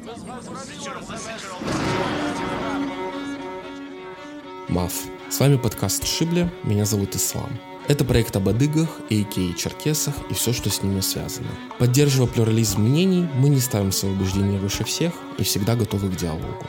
МАФ. С вами подкаст Шибли, меня зовут Ислам. Это проект об адыгах, а.к.а. черкесах и все, что с ними связано. Поддерживая плюрализм мнений, мы не ставим свои убеждения выше всех и всегда готовы к диалогу.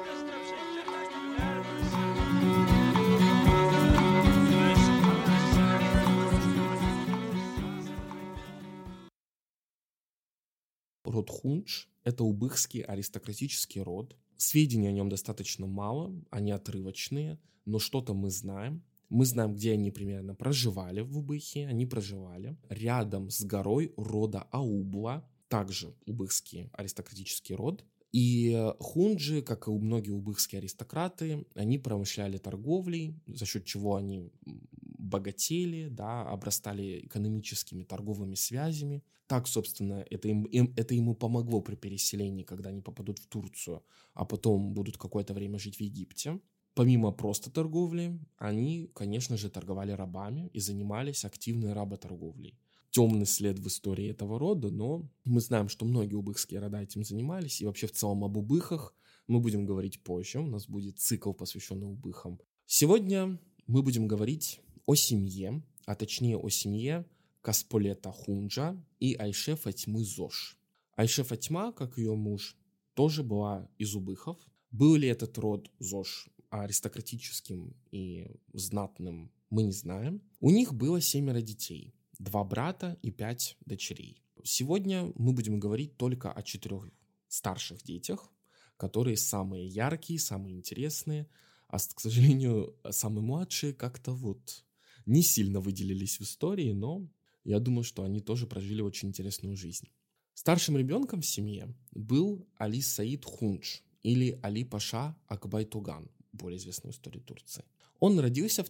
Род Хундж – это убыхский аристократический род. Сведений о нем достаточно мало, они отрывочные, но что-то мы знаем. Мы знаем, где они примерно проживали в Убыхе. Они проживали рядом с горой рода Аубла, также убыхский аристократический род. И хунджи, как и многие убыхские аристократы, они промышляли торговлей, за счет чего они богатели, да, обрастали экономическими торговыми связями. Так, собственно, это ему помогло при переселении, когда они попадут в Турцию, а потом будут какое-то время жить в Египте. Помимо просто торговли, они, конечно же, торговали рабами и занимались активной работорговлей. Темный след в истории этого рода, но мы знаем, что многие убыхские рода этим занимались, и вообще в целом об убыхах мы будем говорить позже, у нас будет цикл, посвященный убыхам. Сегодня мы будем говорить о семье, а точнее о семье Касполета Хунджа и Айше Фатьмы Зош. Айше Фатьма, как ее муж, тоже была из убыхов. Был ли этот род Зош аристократическим и знатным, мы не знаем. У них было 7 детей, 2 брата и 5 дочерей. Сегодня мы будем говорить только о 4 старших детях, которые самые яркие, самые интересные, а, к сожалению, самые младшие как-то не сильно выделились в истории, но я думаю, что они тоже прожили очень интересную жизнь. Старшим ребенком в семье был Али Саид Хундж или Али Паша Акбай-Туган, более известный в истории Турции. Он родился в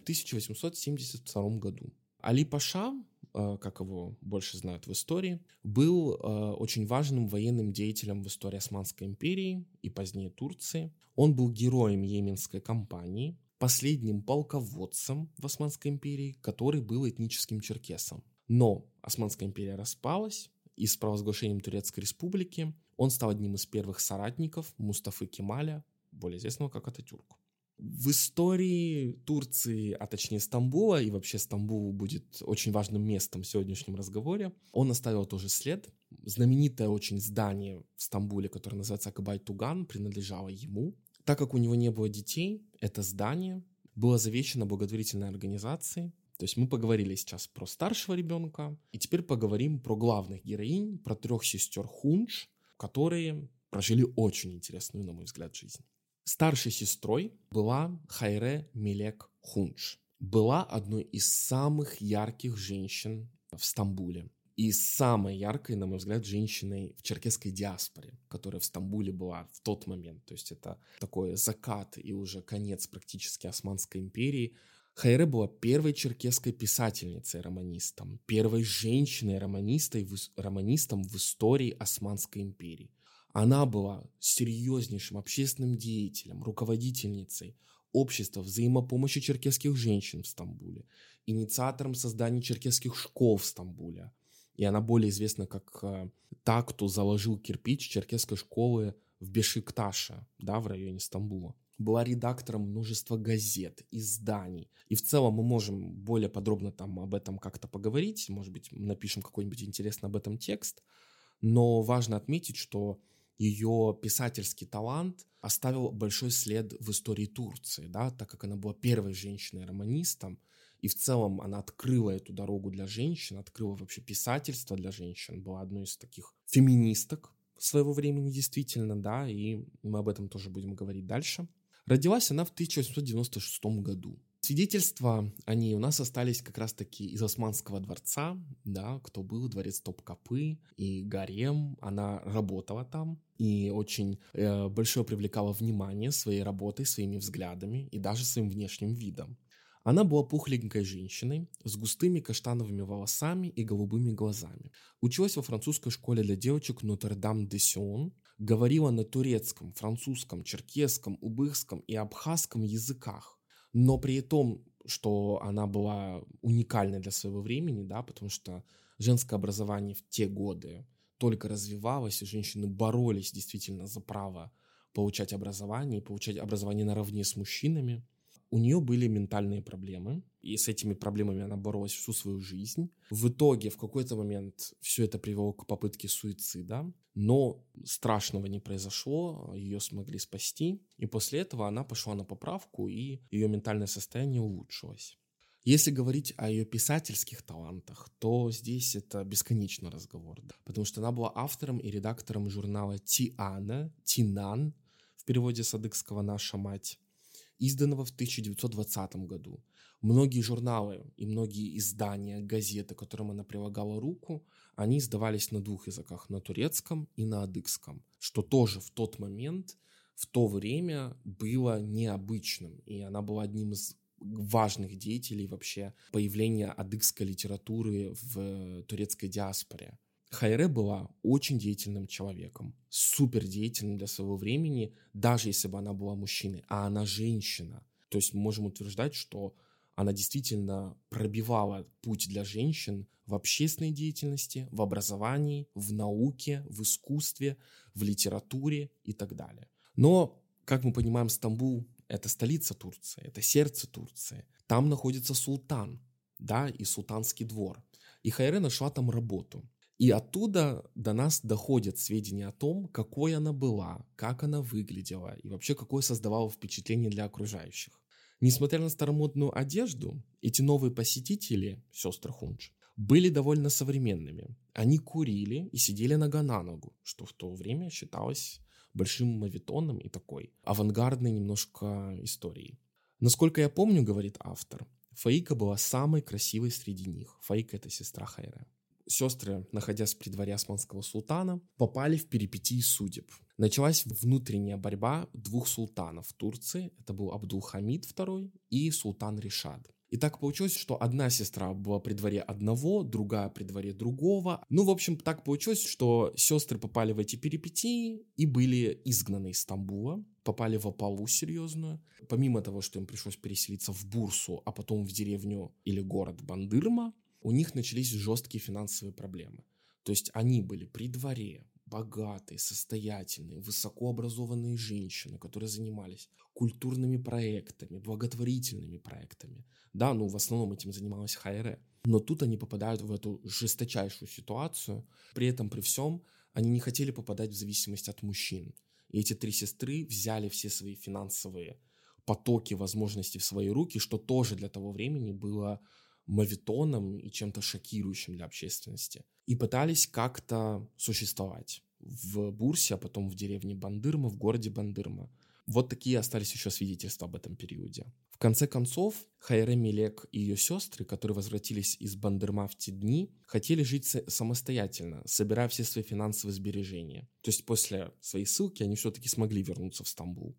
1872 году. Али Паша, как его больше знают в истории, был очень важным военным деятелем в истории Османской империи и позднее Турции. Он был героем Йеменской кампании, последним полководцем в Османской империи, который был этническим черкесом. Но Османская империя распалась, и с провозглашением Турецкой республики он стал одним из первых соратников Мустафы Кемаля, более известного как Ататюрк. В истории Турции, а точнее Стамбула, и вообще Стамбул будет очень важным местом в сегодняшнем разговоре, он оставил тоже след. Знаменитое очень здание в Стамбуле, которое называется Акбай-Туган, принадлежало ему. Так как у него не было детей, это здание было завещено благотворительной организацией. То есть мы поговорили сейчас про старшего ребенка, и теперь поговорим про главных героинь, про 3 сестер Хундж, которые прожили очень интересную, на мой взгляд, жизнь. Старшей сестрой была Хайре Мелек Хундж. Была одной из самых ярких женщин в Стамбуле. И самой яркой, на мой взгляд, женщиной в черкесской диаспоре, которая в Стамбуле была в тот момент. То есть это такой закат и уже конец практически Османской империи. Хайре была первой черкесской писательницей-романистом, первой женщиной-романистом в истории Османской империи. Она была серьезнейшим общественным деятелем, руководительницей общества взаимопомощи черкесских женщин в Стамбуле, инициатором создания черкесских школ в Стамбуле. И она более известна как та, кто заложил кирпич черкесской школы в Бешикташе, да, в районе Стамбула. Была редактором множества газет, изданий. И в целом мы можем более подробно там об этом как-то поговорить. Может быть, напишем какой-нибудь интересный об этом текст. Но важно отметить, что ее писательский талант оставил большой след в истории Турции, да, так как она была первой женщиной-романистом, и в целом она открыла эту дорогу для женщин, открыла вообще писательство для женщин, была одной из таких феминисток своего времени действительно, да, и мы об этом тоже будем говорить дальше. Родилась она в 1896 году. Свидетельства о ней у нас остались как раз-таки из Османского дворца, да, кто был, дворец Топкапы и гарем, она работала там и очень большое привлекала внимание своей работой, своими взглядами и даже своим внешним видом. Она была пухленькой женщиной с густыми каштановыми волосами и голубыми глазами. Училась во французской школе для девочек Нотр-Дам-де-Сион, говорила на турецком, французском, черкесском, убыхском и абхазском языках. Но при том, что она была уникальной для своего времени, да, потому что женское образование в те годы только развивалась, и женщины боролись действительно за право получать образование, и получать образование наравне с мужчинами. У нее были ментальные проблемы, и с этими проблемами она боролась всю свою жизнь. В итоге в какой-то момент все это привело к попытке суицида, но страшного не произошло, ее смогли спасти, и после этого она пошла на поправку, и ее ментальное состояние улучшилось. Если говорить о ее писательских талантах, то здесь это бесконечный разговор, да, потому что она была автором и редактором журнала «Тинан», в переводе с адыгского «Наша мать», изданного в 1920 году. Многие журналы и многие издания, газеты, которым она прилагала руку, они издавались на двух языках, на турецком и на адыгском, что тоже в тот момент, в то время было необычным, и она была одним из важных деятелей вообще появления адыгской литературы в турецкой диаспоре. Хайре была очень деятельным человеком, супер деятельным для своего времени, даже если бы она была мужчиной, а она женщина. То есть мы можем утверждать, что она действительно пробивала путь для женщин в общественной деятельности, в образовании, в науке, в искусстве, в литературе и так далее. Но, как мы понимаем, Стамбул – это столица Турции, это сердце Турции. Там находится султан, да, и султанский двор. И Хайре нашла там работу. И оттуда до нас доходят сведения о том, какой она была, как она выглядела и вообще какое создавала впечатление для окружающих. Несмотря на старомодную одежду, эти новые посетители, сестры Хундж, были довольно современными. Они курили и сидели нога на ногу, что в то время считалось большим моветоном и такой авангардной немножко историей. Насколько я помню, говорит автор, Фаика была самой красивой среди них. Фаика – это сестра Хайре. Сестры, находясь при дворе османского султана, попали в перипетии судеб. Началась внутренняя борьба двух султанов в Турции. Это был Абдул-Хамид II и султан Ришад. И так получилось, что одна сестра была при дворе одного, другая при дворе другого. Ну, в общем, так получилось, что сестры попали в эти перипетии и были изгнаны из Стамбула, попали в опалу серьезную. Помимо того, что им пришлось переселиться в Бурсу, а потом в деревню или город Бандырма, у них начались жесткие финансовые проблемы. То есть они были при дворе, богатые, состоятельные, высокообразованные женщины, которые занимались культурными проектами, благотворительными проектами. Да, ну в основном этим занималась Хайре. Но тут они попадают в эту жесточайшую ситуацию. При этом, при всем, они не хотели попадать в зависимость от мужчин. И эти три сестры взяли все свои финансовые потоки, возможности в свои руки, что тоже для того времени было моветоном и чем-то шокирующим для общественности. И пытались как-то существовать в Бурсе, а потом в деревне Бандырма, в городе Бандырма. Вот такие остались еще свидетельства об этом периоде. В конце концов, Хайре Мелек и ее сестры, которые возвратились из Бандырма в те дни, хотели жить самостоятельно, собирая все свои финансовые сбережения. То есть после своей ссылки они все-таки смогли вернуться в Стамбул.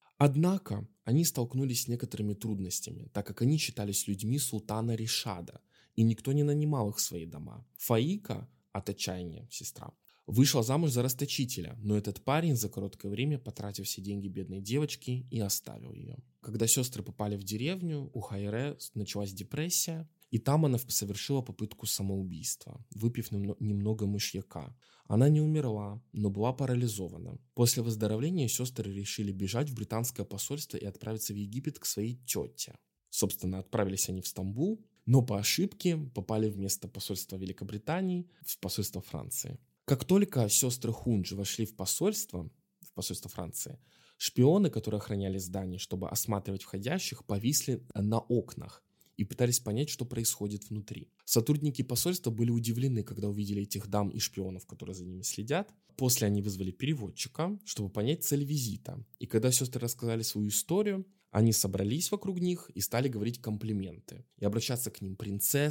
Однако они столкнулись с некоторыми трудностями, так как они считались людьми султана Ришада, и никто не нанимал их в свои дома. Фаика, от отчаяния сестра, вышла замуж за расточителя, но этот парень за короткое время потратил все деньги бедной девочки и оставил ее. Когда сестры попали в деревню, у Хайре началась депрессия, и там она совершила попытку самоубийства, выпив немного мышьяка. Она не умерла, но была парализована. После выздоровления сестры решили бежать в британское посольство и отправиться в Египет к своей тете. Собственно, отправились они в Стамбул, но по ошибке попали вместо посольства Великобритании в посольство Франции. Как только сестры Хундж вошли в посольство Франции, шпионы, которые охраняли здание, чтобы осматривать входящих, повисли на окнах и пытались понять, что происходит внутри. Сотрудники посольства были удивлены, когда увидели этих дам и шпионов, которые за ними следят. После они вызвали переводчика, чтобы понять цель визита. И когда сестры рассказали свою историю, они собрались вокруг них и стали говорить комплименты. И обращаться к ним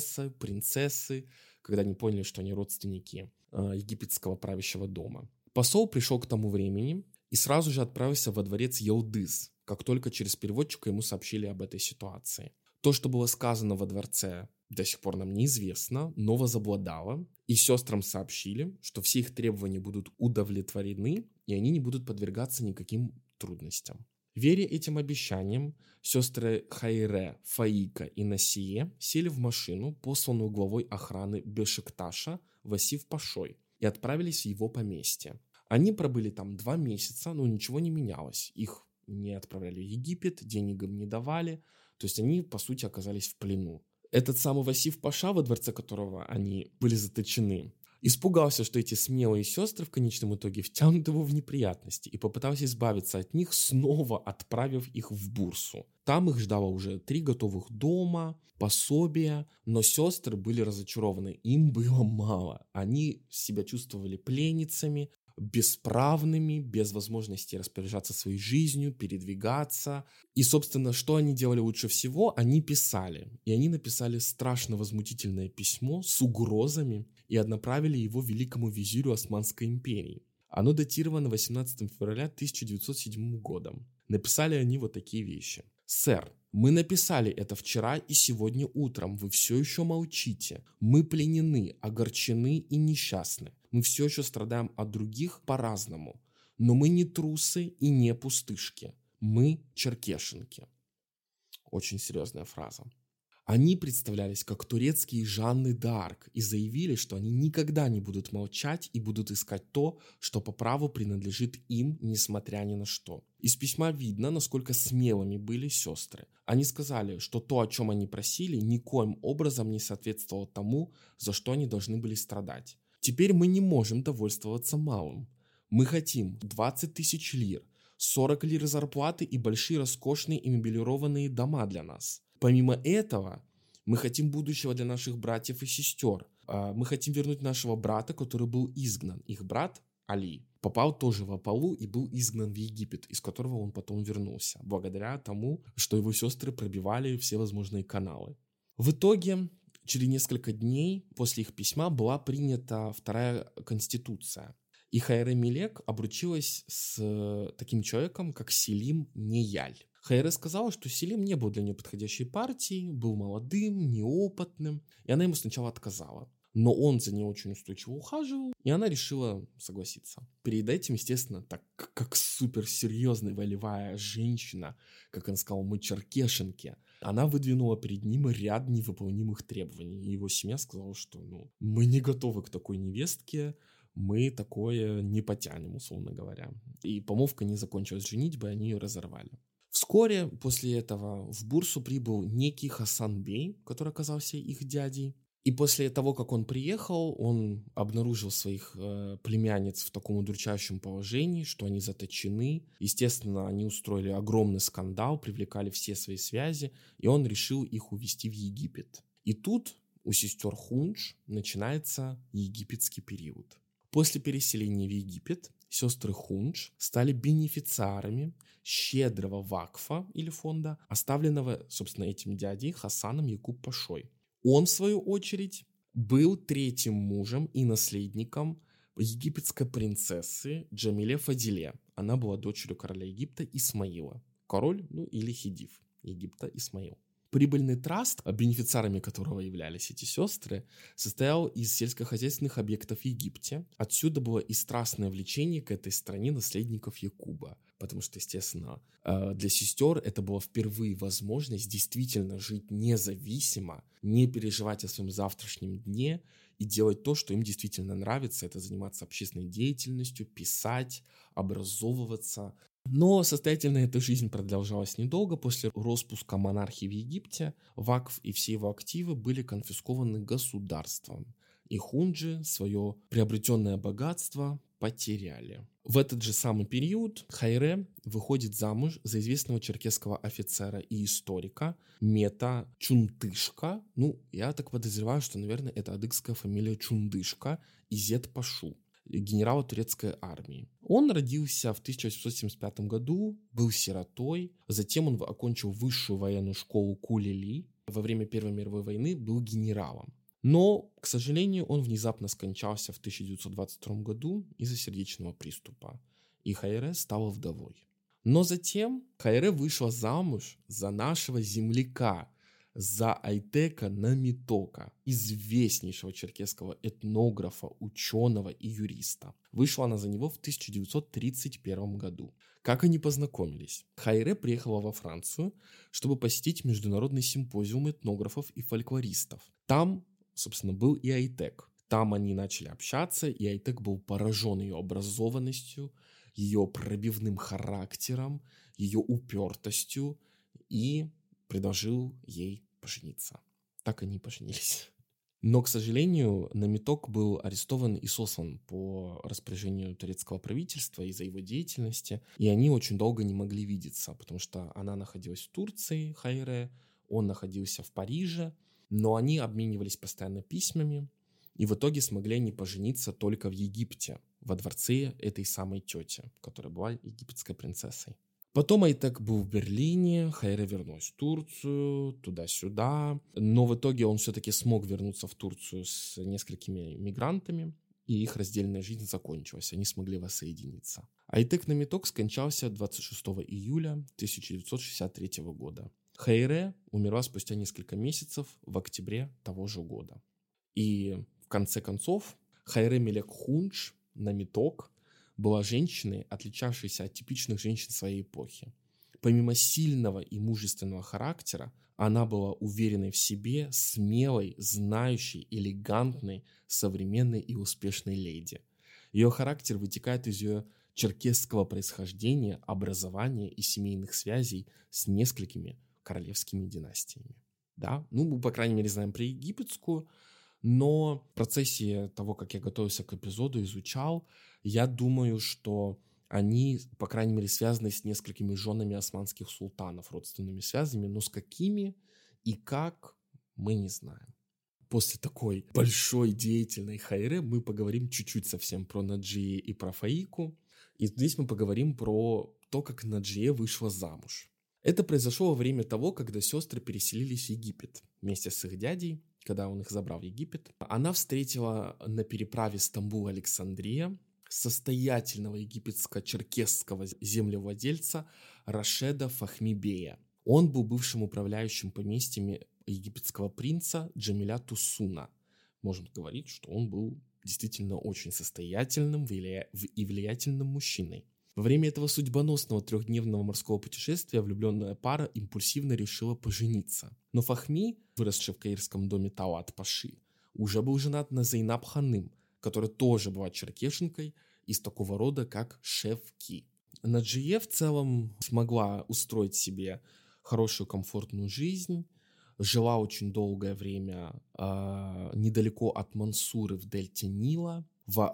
принцессы, когда они поняли, что они родственники египетского правящего дома. Посол пришел к тому времени и сразу же отправился во дворец Елдыз, как только через переводчика ему сообщили об этой ситуации. То, что было сказано во дворце, до сих пор нам неизвестно, но возобладало, и сестрам сообщили, что все их требования будут удовлетворены, и они не будут подвергаться никаким трудностям. Веря этим обещаниям, сестры Хайре, Фаика и Насие сели в машину, посланную главой охраны Бешикташа Васиф Пашой, и отправились в его поместье. Они пробыли там 2 месяца, но ничего не менялось. Их не отправляли в Египет, денег им не давали, то есть они, по сути, оказались в плену. Этот самый Васиф Паша, во дворце которого они были заточены, испугался, что эти смелые сестры в конечном итоге втянут его в неприятности и попытался избавиться от них, снова отправив их в Бурсу. Там их ждало уже 3 готовых дома, пособия, но сестры были разочарованы, им было мало. Они себя чувствовали пленницами, бесправными, без возможности распоряжаться своей жизнью, передвигаться. И, собственно, что они делали лучше всего? Они писали. И они написали страшно возмутительное письмо с угрозами и отправили его великому визирю Османской империи. Оно датировано 18 февраля 1907 годом. Написали они вот такие вещи. «Сэр, мы написали это вчера и сегодня утром. Вы все еще молчите. Мы пленены, огорчены и несчастны. Мы все еще страдаем от других по-разному. Но мы не трусы и не пустышки. Мы черкешенки». Очень серьезная фраза. Они представлялись как турецкие Жанны д'Арк и заявили, что они никогда не будут молчать и будут искать то, что по праву принадлежит им, несмотря ни на что. Из письма видно, насколько смелыми были сестры. Они сказали, что то, о чем они просили, никоим образом не соответствовало тому, за что они должны были страдать. Теперь мы не можем довольствоваться малым. Мы хотим 20 тысяч лир, 40 лир зарплаты и большие роскошные и мебелированные дома для нас. Помимо этого, мы хотим будущего для наших братьев и сестер. Мы хотим вернуть нашего брата, который был изгнан. Их брат, Али, попал тоже в Апалу и был изгнан в Египет, из которого он потом вернулся, благодаря тому, что его сестры пробивали все возможные каналы. В итоге, через несколько дней после их письма была принята вторая конституция. И Хайре Мелек обручилась с таким человеком, как Селим Неяль. Хайре сказала, что Селим не был для нее подходящей партией, был молодым, неопытным, и она ему сначала отказала. Но он за ней очень устойчиво ухаживал, и она решила согласиться. Перед этим, естественно, так как суперсерьезная волевая женщина, как он сказал, мы черкешенки, она выдвинула перед ним ряд невыполнимых требований. И его семья сказала, что мы не готовы к такой невестке, мы такое не потянем, условно говоря. И помолвка не закончилась женитьбой, они ее разорвали. Вскоре после этого в Бурсу прибыл некий Хасан Бей, который оказался их дядей. И после того, как он приехал, он обнаружил своих племянниц в таком удручающем положении, что они заточены. Естественно, они устроили огромный скандал, привлекали все свои связи, и он решил их увезти в Египет. И тут у сестер Хундж начинается египетский период. После переселения в Египет сестры Хундж стали бенефициарами щедрого вакфа или фонда, оставленного, собственно, этим дядей Хасаном Якуб Пашой. Он, в свою очередь, был третьим мужем и наследником египетской принцессы Джамиле Фадиле. Она была дочерью короля Египта Исмаила. Король, или Хидив Египта Исмаил. Прибыльный траст, бенефициарами которого являлись эти сестры, состоял из сельскохозяйственных объектов в Египте. Отсюда было и страстное влечение к этой стране наследников Якуба. Потому что, естественно, для сестер это была впервые возможность действительно жить независимо, не переживать о своем завтрашнем дне и делать то, что им действительно нравится. Это заниматься общественной деятельностью, писать, образовываться. Но состоятельная эта жизнь продолжалась недолго. После распуска монархии в Египте вакф и все его активы были конфискованы государством. И хунджи свое приобретенное богатство потеряли. В этот же самый период Хайре выходит замуж за известного черкесского офицера и историка Мета Чундышка. Я так подозреваю, что, наверное, это адыгская фамилия Чундышка, Изет Пашу, генерала турецкой армии. Он родился в 1875 году, был сиротой, затем он окончил высшую военную школу Кулили, во время Первой мировой войны был генералом. Но, к сожалению, он внезапно скончался в 1922 году из-за сердечного приступа, и Хайре стала вдовой. Но затем Хайре вышла замуж за нашего земляка, за Айтека Намитока, известнейшего черкесского этнографа, ученого и юриста. Вышла она за него в 1931 году. Как они познакомились? Хайре приехала во Францию, чтобы посетить международный симпозиум этнографов и фольклористов. Там, собственно, был и Айтек. Там они начали общаться, и Айтек был поражен ее образованностью, ее пробивным характером, ее упертостью и предложил ей пожениться. Так они и поженились. Но, к сожалению, Намиток был арестован и сослан по распоряжению турецкого правительства из-за его деятельности, и они очень долго не могли видеться, потому что она находилась в Турции, Хайре, он находился в Париже, но они обменивались постоянно письмами, и в итоге смогли они пожениться только в Египте, во дворце этой самой тети, которая была египетской принцессой. Потом Айтек был в Берлине, Хайре вернулась в Турцию, туда-сюда. Но в итоге он все-таки смог вернуться в Турцию с несколькими мигрантами, и их раздельная жизнь закончилась, они смогли воссоединиться. Айтек Намиток скончался 26 июля 1963 года. Хайре умерла спустя несколько месяцев в октябре того же года. И в конце концов Хайре Мелек Хундж Намиток была женщиной, отличавшейся от типичных женщин своей эпохи. Помимо сильного и мужественного характера, она была уверенной в себе, смелой, знающей, элегантной, современной и успешной леди. Ее характер вытекает из ее черкесского происхождения, образования и семейных связей с несколькими королевскими династиями. Да? Ну, мы, по крайней мере, знаем про египетскую, но в процессе того, как я готовился к эпизоду, изучал, я думаю, что они, по крайней мере, связаны с несколькими женами османских султанов, родственными связями, но с какими и как, мы не знаем. После такой большой деятельной Хайре мы поговорим чуть-чуть совсем про Наджие и про Фаику. И здесь мы поговорим про то, как Наджие вышла замуж. Это произошло во время того, когда сестры переселились в Египет вместе с их дядей, когда он их забрал в Египет. Она встретила на переправе Стамбул-Александрия состоятельного египетско-черкесского землевладельца Рашеда Фахми-бея. Он был бывшим управляющим поместьями египетского принца Джамиля Туссуна. Можно говорить, что он был действительно очень состоятельным и влиятельным мужчиной. Во время этого судьбоносного трехдневного морского путешествия влюбленная пара импульсивно решила пожениться. Но Фахми, выросший в каирском доме Тауат-Паши, уже был женат на Зейнаб Ханым, которая тоже была черкешенкой из такого рода, как Шевки. Наджие в целом смогла устроить себе хорошую комфортную жизнь, жила очень долгое время недалеко от Мансуры в дельте Нила, в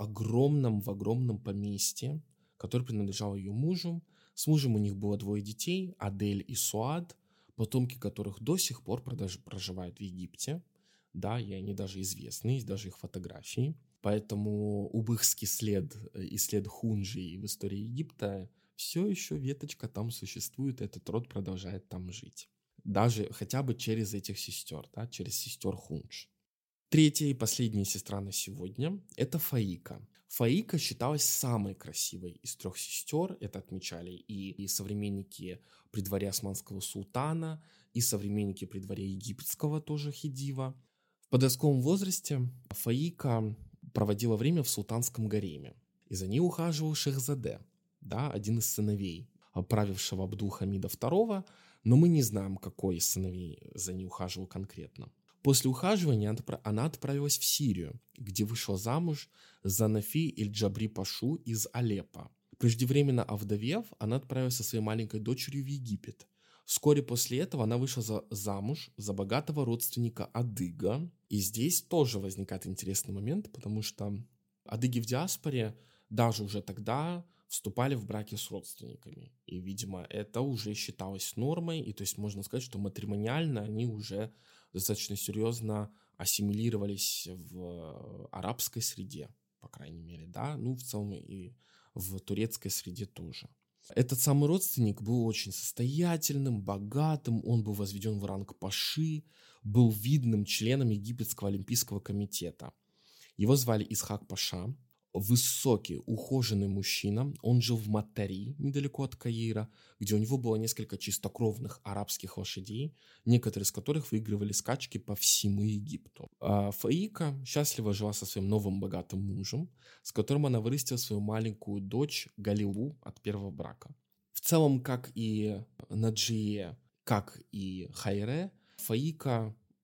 огромном поместье, который принадлежал ее мужу. С мужем у них было 2 детей, Адель и Суад, потомки которых до сих пор проживают в Египте. Да, и они даже известны, есть даже их фотографии. Поэтому убыхский след и след Хунджи в истории Египта все еще веточка там существует, этот род продолжает там жить. Даже хотя бы через этих сестер, да, через сестер Хундж. Третья и последняя сестра на сегодня – это Фаика. Фаика считалась самой красивой из 3 сестер, это отмечали и современники при дворе османского султана, и современники при дворе египетского тоже Хидива. В подростковом возрасте Фаика проводила время в султанском гареме, и за ней ухаживал Шехзаде, да, один из сыновей правившего Абдул-Хамида II, но мы не знаем, какой из сыновей за ней ухаживал конкретно. После ухаживания она отправилась в Сирию, где вышла замуж за Нафи Эль-Джабри Пашу из Алеппо. Преждевременно овдовев, она отправилась со своей маленькой дочерью в Египет. Вскоре после этого она вышла замуж за богатого родственника Адыга. И здесь тоже возникает интересный момент, потому что адыги в диаспоре даже уже тогда вступали в браки с родственниками. И, видимо, это уже считалось нормой. И то есть можно сказать, что матримониально они уже достаточно серьезно ассимилировались в арабской среде, по крайней мере, да, ну, в целом и в турецкой среде тоже. Этот самый родственник был очень состоятельным, богатым, он был возведен в ранг паши, был видным членом Египетского олимпийского комитета. Его звали Исхак Паша. Высокий, ухоженный мужчина. Он жил в Маттари, недалеко от Каира, где у него было несколько чистокровных арабских лошадей, некоторые из которых выигрывали скачки по всему Египту. Фаика счастливо жила со своим новым богатым мужем, с которым она вырастила свою маленькую дочь Галилу от первого брака. В целом, как и Наджие, как и Хайре, Фаика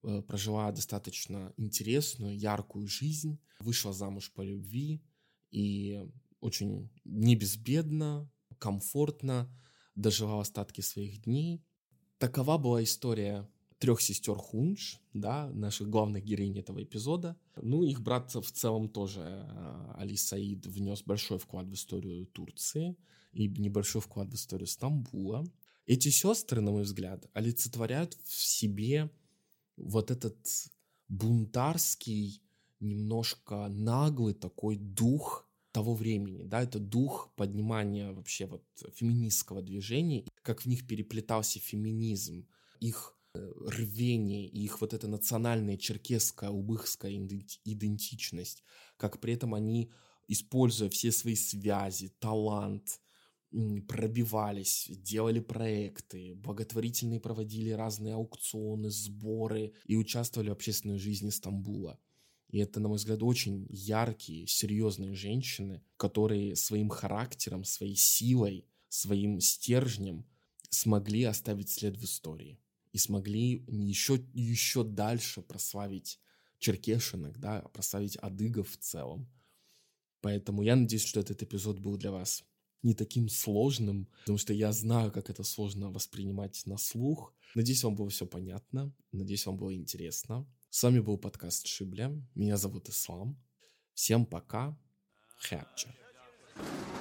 прожила достаточно интересную, яркую жизнь, вышла замуж по любви и очень не безбедно, комфортно дожила остатки своих дней. Такова была история трех сестер Хундж, да, наших главных героинь этого эпизода. Ну, их брат в целом тоже, Али Саид, внес большой вклад в историю Турции и небольшой вклад в историю Стамбула. Эти сестры, на мой взгляд, олицетворяют в себе вот этот бунтарский, немножко наглый такой дух того времени, да, это дух поднимания вообще вот феминистского движения, как в них переплетался феминизм, их рвение, их вот эта национальная черкесская, убыхская идентичность, как при этом они, используя все свои связи, талант, пробивались, делали проекты, благотворительные проводили разные аукционы, сборы и участвовали в общественной жизни Стамбула. И это, на мой взгляд, очень яркие, серьезные женщины, которые своим характером, своей силой, своим стержнем смогли оставить след в истории. И смогли еще дальше прославить черкешинок, да, прославить адыгов в целом. Поэтому я надеюсь, что этот эпизод был для вас не таким сложным, потому что я знаю, как это сложно воспринимать на слух. Надеюсь, вам было все понятно. Надеюсь, вам было интересно. С вами был подкаст Шибля. Меня зовут Ислам. Всем пока. Хятча.